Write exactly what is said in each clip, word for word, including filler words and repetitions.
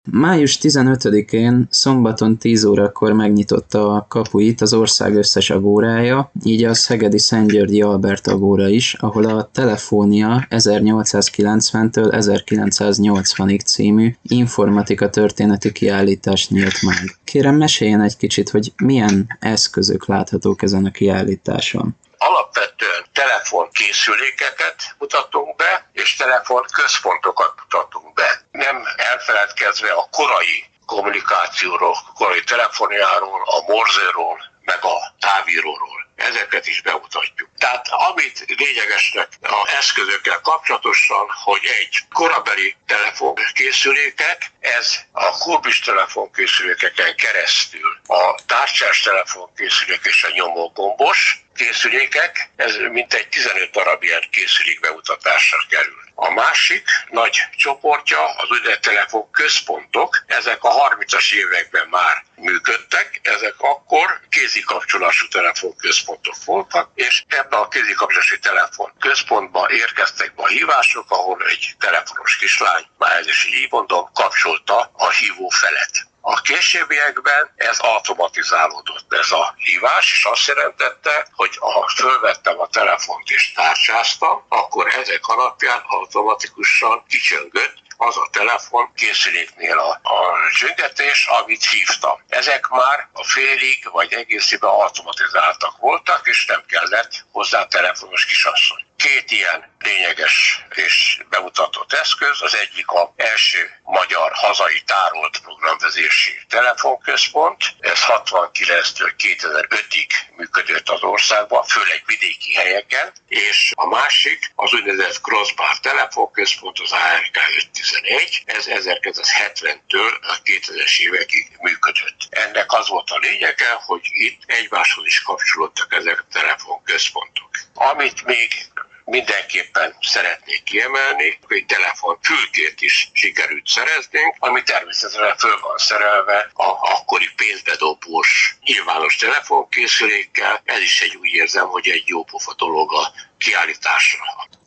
május tizenötödikén szombaton tíz órakor megnyitotta a kapuit az ország összes agórája, így a szegedi Szentgyörgyi Albert agóra is, ahol a Telefónia ezernyolcszázkilencventől ezerkilencszáznyolcvanig című informatika történeti kiállítás nyílt meg. Kérem, meséljen egy kicsit, hogy milyen eszközök láthatók ezen a kiállításon. Alapvetően telefonkészülékeket mutatunk be, és telefonközpontokat mutatunk be. Nem elfeledkezve a korai kommunikációról, a korai telefoniáról, a morzéról, meg a távíróról. Ezeket is bemutatjuk. Tehát amit lényegesnek az eszközökkel kapcsolatosan, hogy egy korabeli telefonkészülékek, ez a kurbis telefonkészülékeken keresztül a tárcsás telefonkészülék és a nyomógombos készülékek, ez mintegy tizenöt darab ilyen készülék bemutatásra kerül. A másik nagy csoportja az úgynevezett telefonközpontok, ezek a harmincas években már működtek, ezek akkor kézikapcsolású telefonközpontok voltak, és ebben a kézikapcsolási telefonközpontba érkeztek be a hívások, ahol egy telefonos kislány, már ez is így mondom, kapcsolta a hívó felet. A későbbiekben ez automatizálódott, ez a hívás, és azt jelentette, hogy ha fölvettem a telefont és tárcsáztam, akkor ezek alapján automatikusan kicsöngött az a telefon készüléknél a, a csöngetés, amit hívtam. Ezek már a félig vagy egészében automatizáltak voltak, és nem kellett hozzá telefonos kisasszony. Két ilyen lényeges és bemutatott eszköz, az egyik az első magyar hazai tárolt programvezési telefonközpont, ez hatvankilenctől kétezer-ötig működött az országban, főleg vidéki helyeken, és a másik az úgynevezett crossbar telefonközpont, az á er ká ötszáztizenegy, ez ezerkilencszázhetventől a kétezres évekig működött. Ennek az volt a lényege, hogy itt egymáshoz is kapcsolódtak ezek a telefonközpontok. Amit még mindenképpen szeretnék kiemelni, hogy telefon fülkét is sikerült szereznünk, ami természetesen föl van szerelve a akkori pénzbedobós nyilvános telefonkészülékkel. Ez is egy, úgy érzem, hogy egy jó pofa dolog a kiállításra.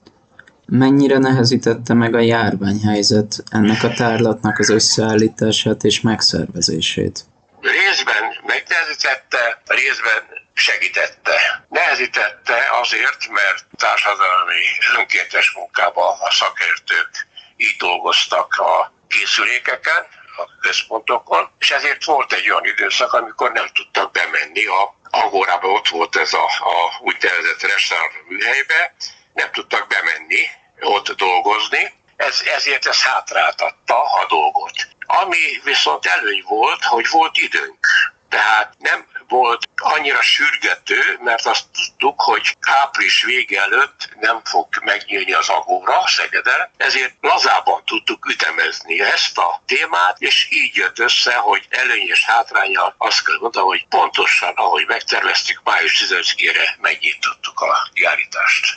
Mennyire nehezítette meg a járványhelyzet ennek a tárlatnak az összeállítását és megszervezését? Részben megnehezítette, részben segítette. Nehezítette azért, mert társadalmi önkéntes munkában a szakértők így dolgoztak a készülékeken, a központokon, és ezért volt egy olyan időszak, amikor nem tudtak bemenni a Agórába, ott volt ez a, a úgynevezett restaurant műhelybe, nem tudtak bemenni, ott dolgozni, ez, ezért ez hátráltatta a dolgot. Ami viszont előny volt, hogy volt időnk. Tehát nem volt annyira sürgető, mert azt tudtuk, hogy április vége előtt nem fog megnyílni az Agóra Szegeden, ezért lazában tudtuk ütemezni ezt a témát, és így jött össze, hogy előny és hátrányal azt kell mondani, hogy pontosan, ahogy megterveztük, május tizenötödikére megnyitottuk a kiállítást.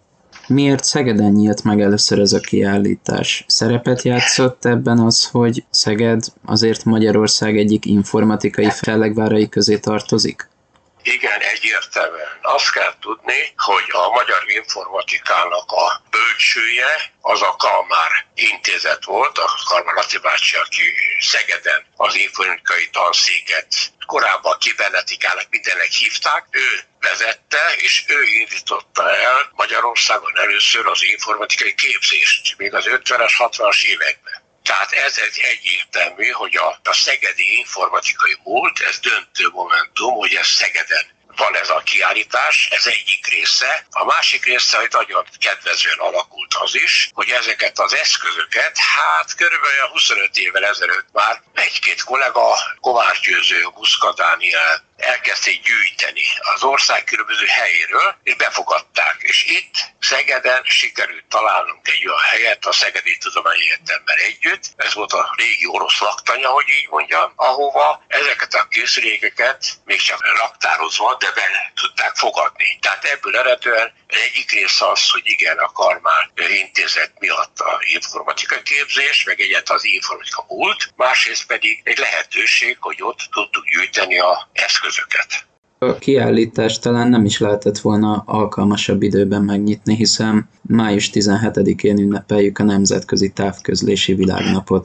Miért Szegeden nyílt meg először ez a kiállítás? Szerepet játszott ebben az, hogy Szeged azért Magyarország egyik informatikai fellegvárai közé tartozik? Igen, egyértelműen. Azt kell tudni, hogy a magyar informatikának a bölcsője az a Kalmár intézet volt, a Kalmár Laci bácsi, aki Szegeden az informatikai tanszéket korábban kibernetikának mindennek hívták, ő vezette, és ő indította el Magyarországon először az informatikai képzést, még az ötvenes, hatvanas években. Tehát ez egy egyértelmű, hogy a, a szegedi informatikai múlt, ez döntő momentum, hogy ez Szegeden van ez a kiállítás, ez egyik része. A másik része, hogy nagyon kedvezően alakult az is, hogy ezeket az eszközöket, hát körülbelül huszonöt évvel ezelőtt már egy-két kollega, Kovács Győző, Buszka Dániel elkezdték gyűjteni az ország különböző helyéről, és befogadták. És itt Szegeden sikerült találnunk egy olyan helyet a Szegedi Tudományi Egyetemben együtt, ez volt a régi orosz laktanya, hogy így mondjam, ahova ezeket a készülékeket még csak raktározva, de be tudták fogadni. Tehát ebből eredően egyik része az, hogy igen, a Kalmár intézet miatt a informatika képzés, meg egyáltalán az informatika múlt, másrészt pedig egy lehetőség, hogy ott tudtuk gyűjteni a eszközöket. A kiállítást talán nem is lehetett volna alkalmasabb időben megnyitni, hiszen május tizenhetedikén ünnepeljük a Nemzetközi Távközlési Világnapot.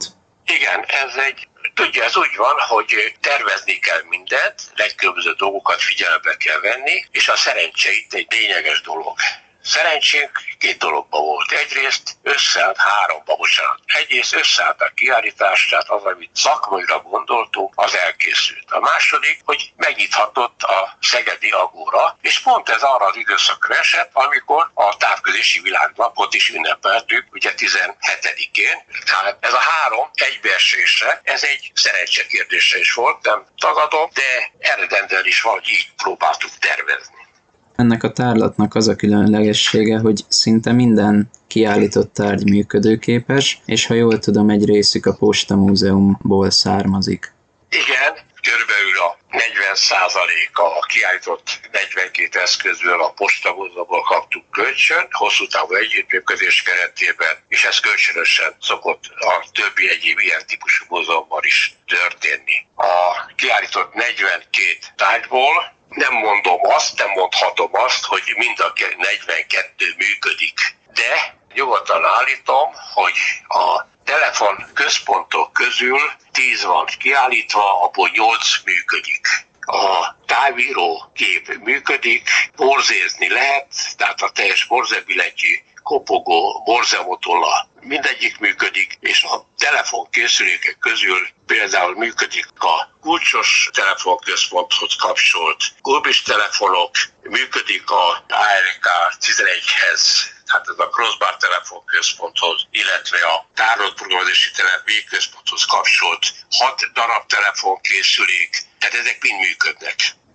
Igen, ez egy, tudja, ez úgy van, hogy tervezni kell mindent, legkülönböző dolgokat figyelembe kell venni, és a szerencse itt egy lényeges dolog. Szerencsénk két dologban volt. Egyrészt összeállt háromba, bocsánat. Egyrészt összeállt a kiállítás, tehát az, amit szakmailag gondoltunk, az elkészült. A második, hogy megnyithatott a Szegedi Agóra, és pont ez arra az időszakra esett, amikor a Távközlési Világnapot is ünnepeltük, ugye tizenhetedikén. Tehát ez a három egybeesésre, ez egy szerencse kérdése is volt, nem tagadom, de eredendően is valahogy így próbáltuk tervezni. Ennek a tárlatnak az a különlegessége, hogy szinte minden kiállított tárgy működőképes, és ha jól tudom, egy részük a Posta Múzeumból származik. Igen, körülbelül a negyven százaléka a kiállított negyvenkét eszközből a Posta Múzeumból kaptuk kölcsön, hosszú távú együttműködés keretében, és ez kölcsönösen szokott a többi egyéb ilyen típusú múzeumban is történni. A kiállított negyvenkét tárgyból nem mondom azt, nem mondhatom azt, hogy mind a negyvenkettő működik. De nyugodtan állítom, hogy a telefon központok közül tíz van kiállítva, abból nyolc működik. A távíró gép működik, borzézni lehet, tehát a teljes borzebillentyű, kopogó, borzemotolla, mindegyik működik, és a telefonkészülékek közül például működik a kulcsos telefonközponthoz kapcsolt kurbis telefonok, működik a á er ká tizenegyhez, tehát ez a crossbar telefonközponthoz, illetve a tárolt programozási végközponthoz kapcsolt hat darab telefonkészülék, tehát ezek mind működnek.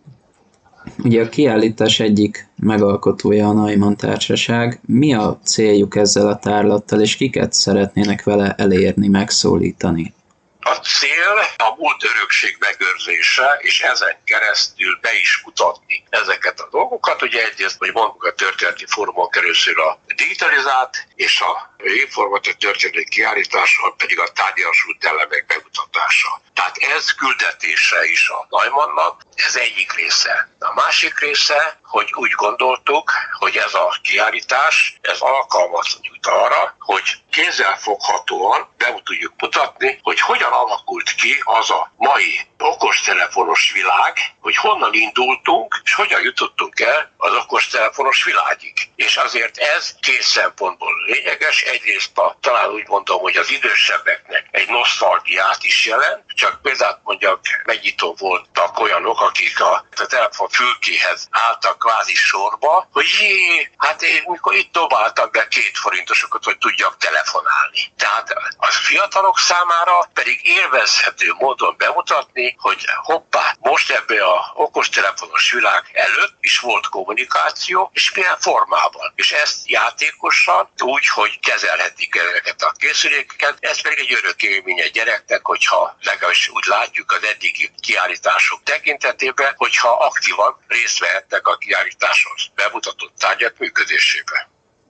Ugye a kiállítás egyik megalkotója a Neumann Társaság. Mi a céljuk ezzel a tárlattal, és kiket szeretnének vele elérni, megszólítani? A cél a múlt örökség megőrzése, és ezen keresztül be is mutatni ezeket a dolgokat. Ugye egyrészt, hogy mondjuk a történeti fórumon keresztül a digitalizált, és a informatív történeti kiállításon pedig a tárgyasult elemek bemutatása. Tehát ez küldetése is a Neumannnak, ez egyik része. A másik része, hogy úgy gondoltuk, hogy ez a kiállítás, ez alkalmat nyújt arra, hogy kézzelfoghatóan be tudjuk mutatni, hogy hogyan alakult ki az a mai okostelefonos világ, hogy honnan indultunk, és hogyan jutottunk el az okostelefonos világig. És azért ez két szempontból lényeges. Egyrészt a, talán úgy mondom, hogy az idősebbeknek egy nosztalgiát is jelent, csak például mondjak, megnyitó voltak olyanok, akik a, a telefon fülkéhez álltak kvázi sorba, hogy jé, hát én mikor itt dobáltam be két forintosokat, hogy tudjak telefonálni. Tehát a fiatalok számára pedig élvezhető módon bemutatni, hogy hoppá, most ebben a okostelefonos világ előtt is volt kommunikáció, és milyen formában. És ezt játékosan úgy, hogy kezelhetik ezeket a készülékeket, ez pedig egy örök élmény a gyereknek, hogyha legalábbis úgy látjuk az eddigi kiállítások tekintetében, hogyha aktívan részt vehetnek a kiállításon bemutatott tárgyak működésében.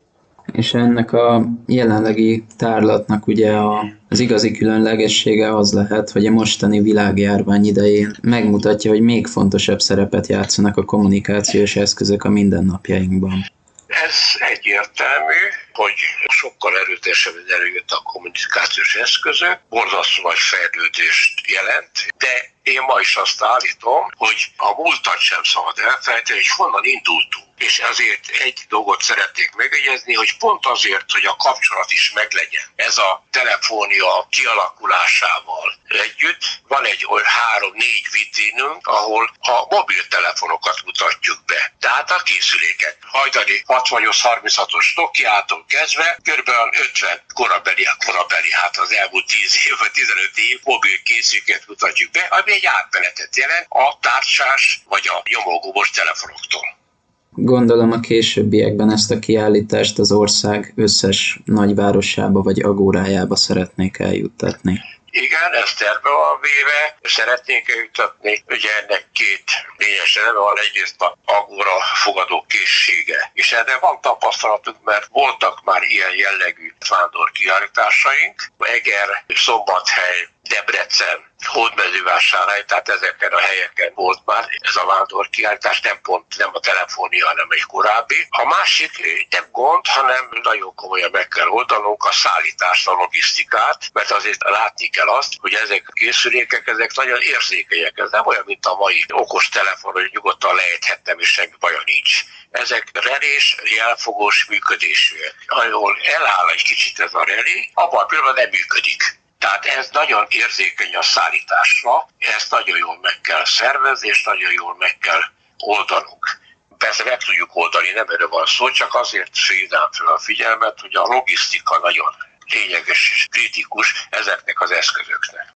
És ennek a jelenlegi tárlatnak ugye az igazi különlegessége az lehet, hogy a mostani világjárvány idején megmutatja, hogy még fontosabb szerepet játszanak a kommunikációs eszközök a mindennapjainkban. Ez egyértelmű, hogy sokkal erőteljesebben előjött a kommunikációs eszközök, borzasztó nagy fejlődést jelent, de én ma is azt állítom, hogy a múltat sem szabad elfelejteni, hogy honnan indultunk. És ezért egy dolgot szeretnék megjegyezni, hogy pont azért, hogy a kapcsolat is meglegyen. Ez a telefónia kialakulásával együtt van egy olyan három-négy vitrínünk, ahol a mobiltelefonokat mutatjuk be. Tehát a készüléket. Hajdani hatvannyolc harminchatos Nokiától kezdve kb. ötven korabeli, korabeli, hát az elmúlt tíz év vagy tizenöt év mobil készüléket mutatjuk be, ami egy átmenetet jelent a tárcsás vagy a nyomógomos telefonoktól. Gondolom a későbbiekben ezt a kiállítást az ország összes nagyvárosába vagy agórájába szeretnék eljuttatni. Igen, ezt terve van véve, szeretnénk eljutatni. Ugye ennek két lényes eleme van, egyrészt a agóra fogadó készsége. És erre van tapasztalatunk, mert voltak már ilyen jellegű vándor kiállításaink. Eger, Szombathely, Debrecen, Hódmezővásárhely, tehát ezeken a helyeken volt már ez a vándorkiállítás, nem pont nem a Telefónia, hanem egy korábbi. A másik nem gond, hanem nagyon komolyan meg kell oldanunk a szállítást, a logisztikát, mert azért látni kell azt, hogy ezek a készülékek, ezek nagyon érzékenyek. Ez nem olyan, mint a mai okos telefon, hogy nyugodtan lejthettem, és semmi baja nincs. Ezek relés, jelfogós működésűek. Ahol eláll egy kicsit ez a relé, abban a pillanatban nem működik. Tehát ez nagyon érzékeny a szállításra, ezt nagyon jól meg kell szervezni, és nagyon jól meg kell oldanunk. Persze meg tudjuk oldani, nem erről van szó, csak azért hívnám fel a figyelmet, hogy a logisztika nagyon lényeges és kritikus ezeknek az eszközöknek.